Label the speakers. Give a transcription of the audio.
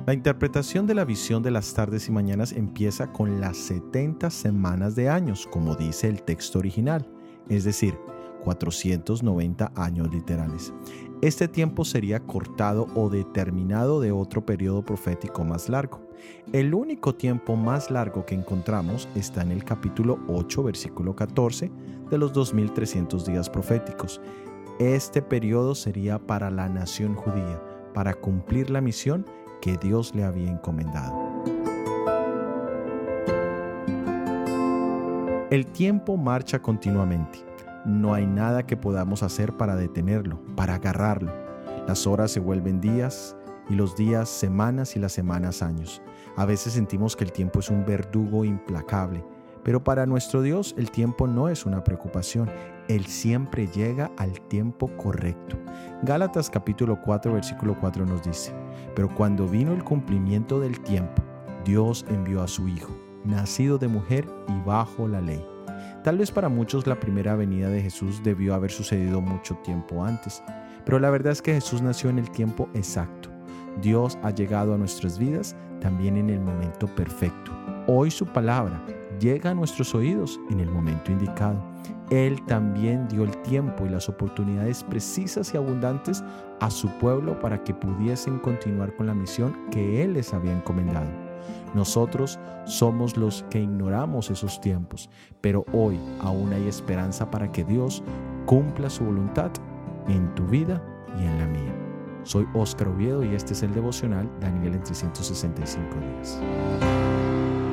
Speaker 1: La interpretación de la visión de las tardes y mañanas empieza con las 70 semanas de años, como dice el texto original, es decir, 490 años literales. Este tiempo sería cortado o determinado de otro periodo profético más largo. El único tiempo más largo que encontramos está en el capítulo 8, versículo 14 de los 2300 días proféticos. Este periodo sería para la nación judía, para cumplir la misión que Dios le había encomendado. El tiempo marcha continuamente. No hay nada que podamos hacer para detenerlo, para agarrarlo. Las horas se vuelven días y los días semanas y las semanas años. A veces sentimos que el tiempo es un verdugo implacable, pero para nuestro Dios el tiempo no es una preocupación. Él siempre llega al tiempo correcto. Gálatas capítulo 4, versículo 4 nos dice: pero cuando vino el cumplimiento del tiempo, Dios envió a su Hijo, nacido de mujer y bajo la ley. Tal vez para muchos la primera venida de Jesús debió haber sucedido mucho tiempo antes, pero la verdad es que Jesús nació en el tiempo exacto. Dios ha llegado a nuestras vidas también en el momento perfecto. Hoy su palabra llega a nuestros oídos en el momento indicado. Él también dio el tiempo y las oportunidades precisas y abundantes a su pueblo para que pudiesen continuar con la misión que Él les había encomendado. Nosotros somos los que ignoramos esos tiempos, pero hoy aún hay esperanza para que Dios cumpla su voluntad en tu vida y en la mía. Soy Óscar Oviedo y este es el devocional Daniel en 365 días.